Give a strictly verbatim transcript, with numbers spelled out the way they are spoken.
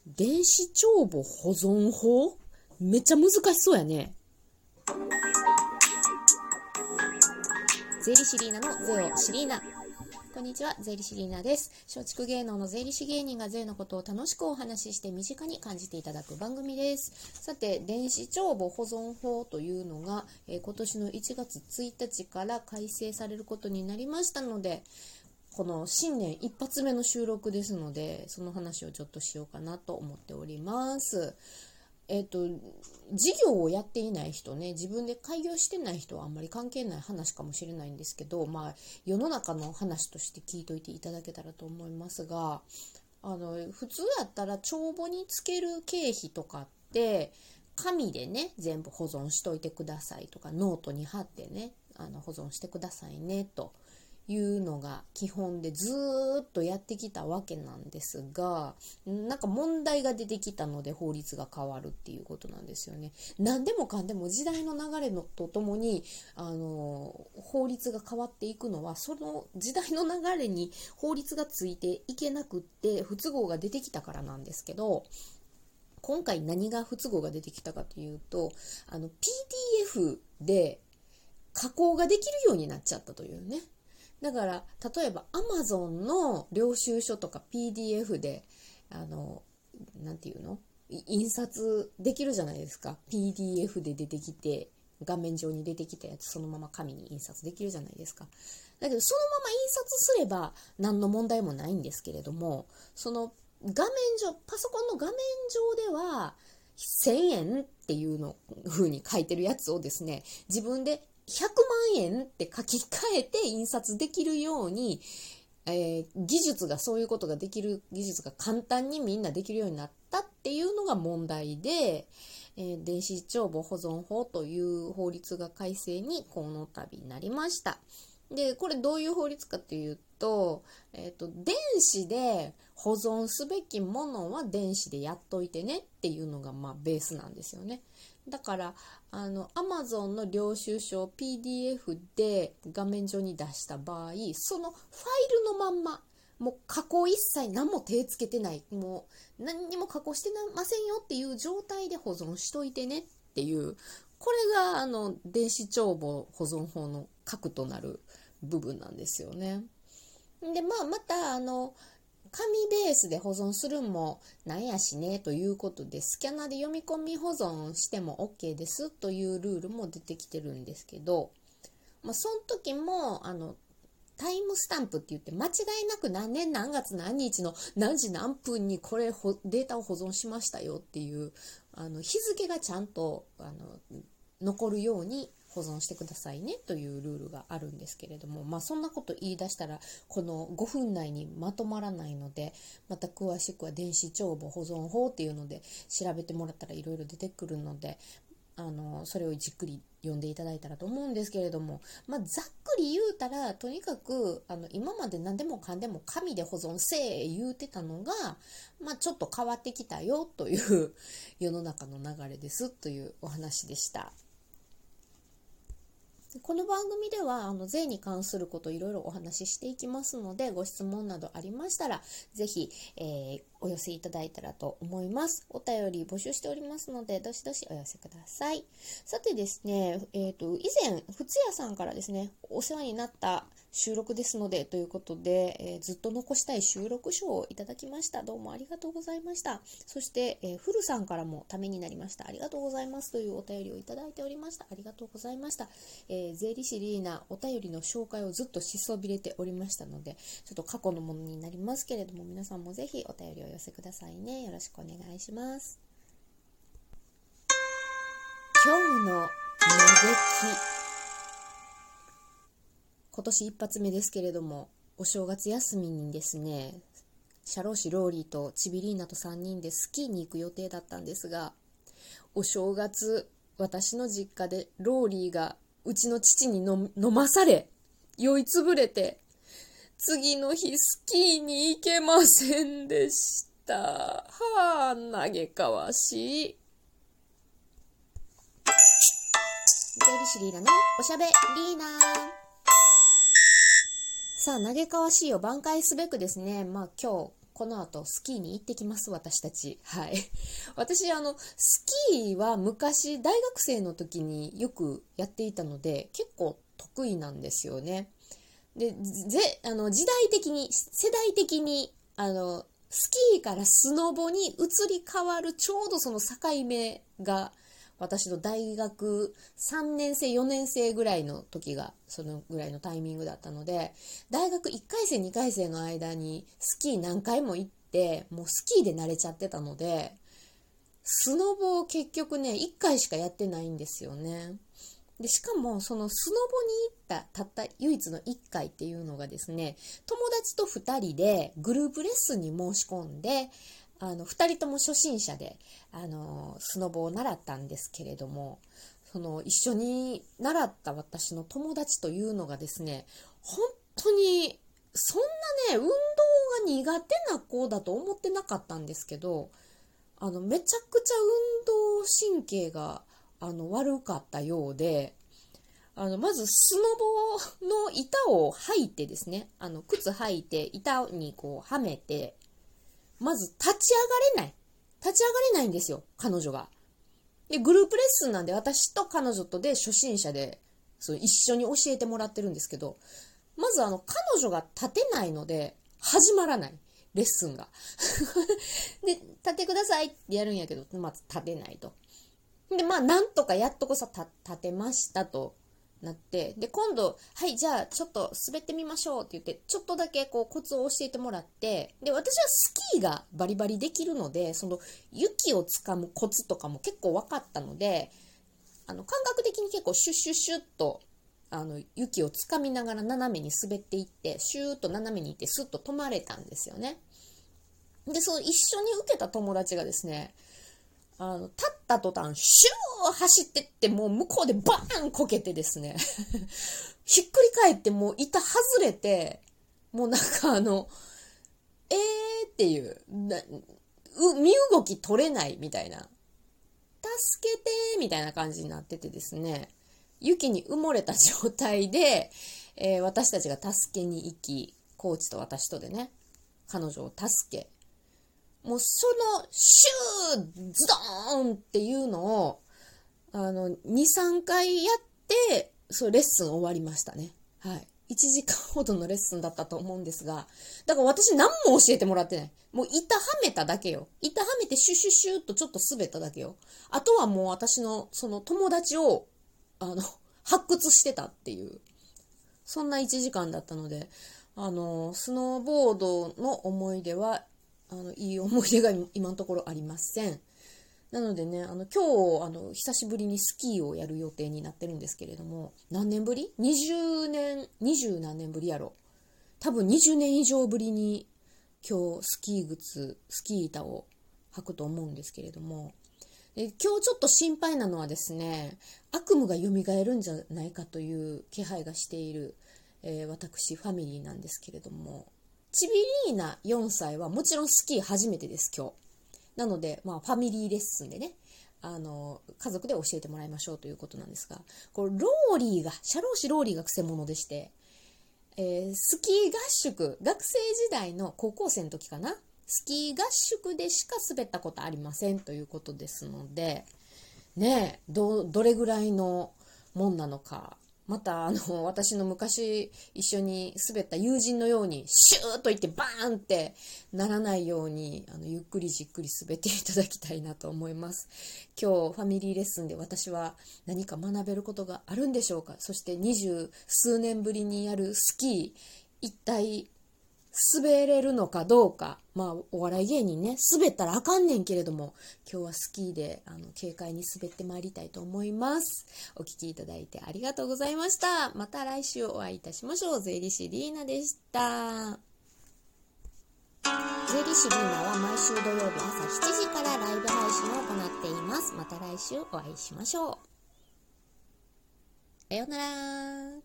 電子帳簿保存法めっちゃ難しそうやね。税理士リーナの税をシリーナ。こんにちは、税理士リーナです。松竹芸能の税理士芸人が税のことを楽しくお話しして身近に感じていただく番組です。さて、電子帳簿保存法というのが、えー、今年のいちがつついたちから改正されることになりましたので、この新年一発目の収録ですので、その話をちょっとしようかなと思っております。えっと、事業をやっていない人ね、自分で開業してない人はあんまり関係ない話かもしれないんですけど、まあ、世の中の話として聞いといていただけたらと思いますが、あの、普通やったら帳簿につける経費とかって、紙でね、全部保存しといてくださいとか、ノートに貼ってね、あの保存してくださいね、というのが基本でずーっとやってきたわけなんですが、なんか問題が出てきたので法律が変わるっていうことなんですよね。何でもかんでも時代の流れのとともにあの法律が変わっていくのは、その時代の流れに法律がついていけなくって不都合が出てきたからなんですけど、今回何が不都合が出てきたかというと、あの ピーディーエフ で加工ができるようになっちゃったというね。だから例えば Amazon の領収書とか ピーディーエフ であのなんていうの印刷できるじゃないですか。 ピーディーエフ で出てきて画面上に出てきたやつそのまま紙に印刷できるじゃないですか。だけどそのまま印刷すれば何の問題もないんですけれども、その画面上パソコンの画面上ではせんえんっていうの風に書いてるやつをですね、自分でひゃくまんえんって書き換えて印刷できるように、えー、技術がそういうことができる技術が簡単にみんなできるようになったっていうのが問題で、えー、電子帳簿保存法という法律が改正にこの度なりました。で、これどういう法律かというと、えっと、電子で保存すべきものは電子でやっといてねっていうのがまあベースなんですよね。だからあの Amazon の領収書を ピーディーエフ で画面上に出した場合、そのファイルのまんま、もう加工一切何も手つけてない、もう何にも加工してませんよっていう状態で保存しといてねっていう、これがあの電子帳簿保存法の核となる部分なんですよね。で、まあ、またあの紙ベースで保存するもなんやしねということで、スキャナーで読み込み保存しても OK ですというルールも出てきてるんですけど、まあ、その時もあのタイムスタンプって言って間違いなく何年何月何日の何時何分にこれデータを保存しましたよっていうあの日付がちゃんとあの残るように保存してくださいねというルールがあるんですけれども、まあそんなこと言い出したらこのごふん内にまとまらないので、また詳しくは電子帳簿保存法っていうので調べてもらったらいろいろ出てくるので、あのそれをじっくり読んでいただいたらと思うんですけれども、まあ、ざっくり言うたらとにかくあの今まで何でもかんでも紙で保存せえ言うてたのが、まあ、ちょっと変わってきたよという世の中の流れですというお話でした。この番組ではあの税に関することをいろいろお話ししていきますので、ご質問などありましたらぜひ、えー、お寄せいただいたらと思います。お便り募集しておりますのでどしどしお寄せください。さてですね、えーと、以前ふつやさんからですね、お世話になった収録ですのでということで、えー、ずっと残したい収録書をいただきました。どうもありがとうございました。そして、えー、フルさんからもためになりました。ありがとうございますというお便りをいただいておりました。ありがとうございました。えー、税理士リーナお便りの紹介をずっとしそびれておりましたので、ちょっと過去のものになりますけれども、皆さんもぜひお便りを寄せくださいね。よろしくお願いします。今日の嘆き、今年一発目ですけれども、お正月休みにですね、社労士ローリーとチビリーナとさんにんでスキーに行く予定だったんですが、お正月私の実家でローリーがうちの父に飲まされ酔いつぶれて、次の日スキーに行けませんでした。はあ、嘆かわしい。税理士リーナのおしゃべリーナ。さあ、嘆かわしいを挽回すべくですね、まあ今日この後スキーに行ってきます、私たち。はい。私、あの、スキーは昔、大学生の時によくやっていたので、結構得意なんですよね。で、ぜ、あの、時代的に、世代的に、あの、スキーからスノボに移り変わるちょうどその境目が、私の大学さんねん生、よねん生ぐらいの時がそのぐらいのタイミングだったので、大学いっかい生、にかい生の間にスキー何回も行って、もうスキーで慣れちゃってたので、スノボを結局ね、いっかいしかやってないんですよね。で、しかもそのスノボに行ったたった唯一のいっかいっていうのがですね、友達とふたりでグループレッスンに申し込んで、あのふたりとも初心者であのスノボを習ったんですけれども、その一緒に習った私の友達というのがですね、本当にそんなね、運動が苦手な子だと思ってなかったんですけど、あのめちゃくちゃ運動神経があの悪かったようで、あのまずスノボの板を履いてですね、あの靴履いて板にこうはめて、まず立ち上がれない。立ち上がれないんですよ、彼女が。で、グループレッスンなんで私と彼女とで初心者でそう一緒に教えてもらってるんですけど、まずあの彼女が立てないので始まらない。レッスンが。で、立ってくださいってやるんやけど、まず立てないと。で、まあなんとかやっとこさ立てましたとなって、で、今度、はい、じゃあちょっと滑ってみましょうって言って、ちょっとだけこうコツを教えてもらって、で、私はスキーがバリバリできるので、その雪をつかむコツとかも結構分かったので、あの感覚的に結構シュッシュッシュッとあの雪をつかみながら斜めに滑っていって、シューッと斜めに行ってスッと止まれたんですよね。で、その一緒に受けた友達がですね、あの、立った途端、シュー走ってって、もう向こうでバーンこけてですね、ひっくり返ってもう板外れて、もうなんかあの、えーっていう、なう身動き取れないみたいな、助けてーみたいな感じになっててですね、雪に埋もれた状態で、えー、私たちが助けに行き、コーチと私とでね、彼女を助け、もうそのシューズドーンっていうのをあのに、さんかいやってそうレッスン終わりましたね。はい。いちじかんほどのレッスンだったと思うんですが、だから私何も教えてもらってない。もう板はめただけよ。板はめてシュシュシュっとちょっと滑っただけよ。あとはもう私のその友達をあの発掘してたっていう、そんないちじかんだったので、あのスノーボードの思い出は、あのいい思い出が今のところありません。なのでね、あの今日あの久しぶりにスキーをやる予定になってるんですけれども、何年ぶり ?にじゅう 年、にじゅう何年ぶりやろ。多分にじゅうねん以上ぶりに今日スキー靴、スキー板を履くと思うんですけれども、で今日ちょっと心配なのはですね、悪夢が蘇るんじゃないかという気配がしている、えー、私ファミリーなんですけれども、ちびりーなよんさいはもちろんスキー初めてです、今日。なので、まあ、ファミリーレッスンでね、あの、家族で教えてもらいましょうということなんですが、これ、ローリーが、社労士ローリーがくせ者でして、えー、スキー合宿、学生時代の高校生の時かな、スキー合宿でしか滑ったことありませんということですので、ねえ、ど、どれぐらいのもんなのか、またあの私の昔一緒に滑った友人のようにシューッといってバーンってならないように、あのゆっくりじっくり滑っていただきたいなと思います。今日ファミリーレッスンで私は何か学べることがあるんでしょうか。そして二十数年ぶりにやるスキー、一体滑れるのかどうか。まあお笑い芸人ね、滑ったらあかんねんけれども、今日はスキーであの軽快に滑ってまいりたいと思います。お聞きいただいてありがとうございました。また来週お会いいたしましょう。税理士リーナでした。税理士リーナは毎週土曜日朝しちじからライブ配信を行っています。また来週お会いしましょう。さようなら。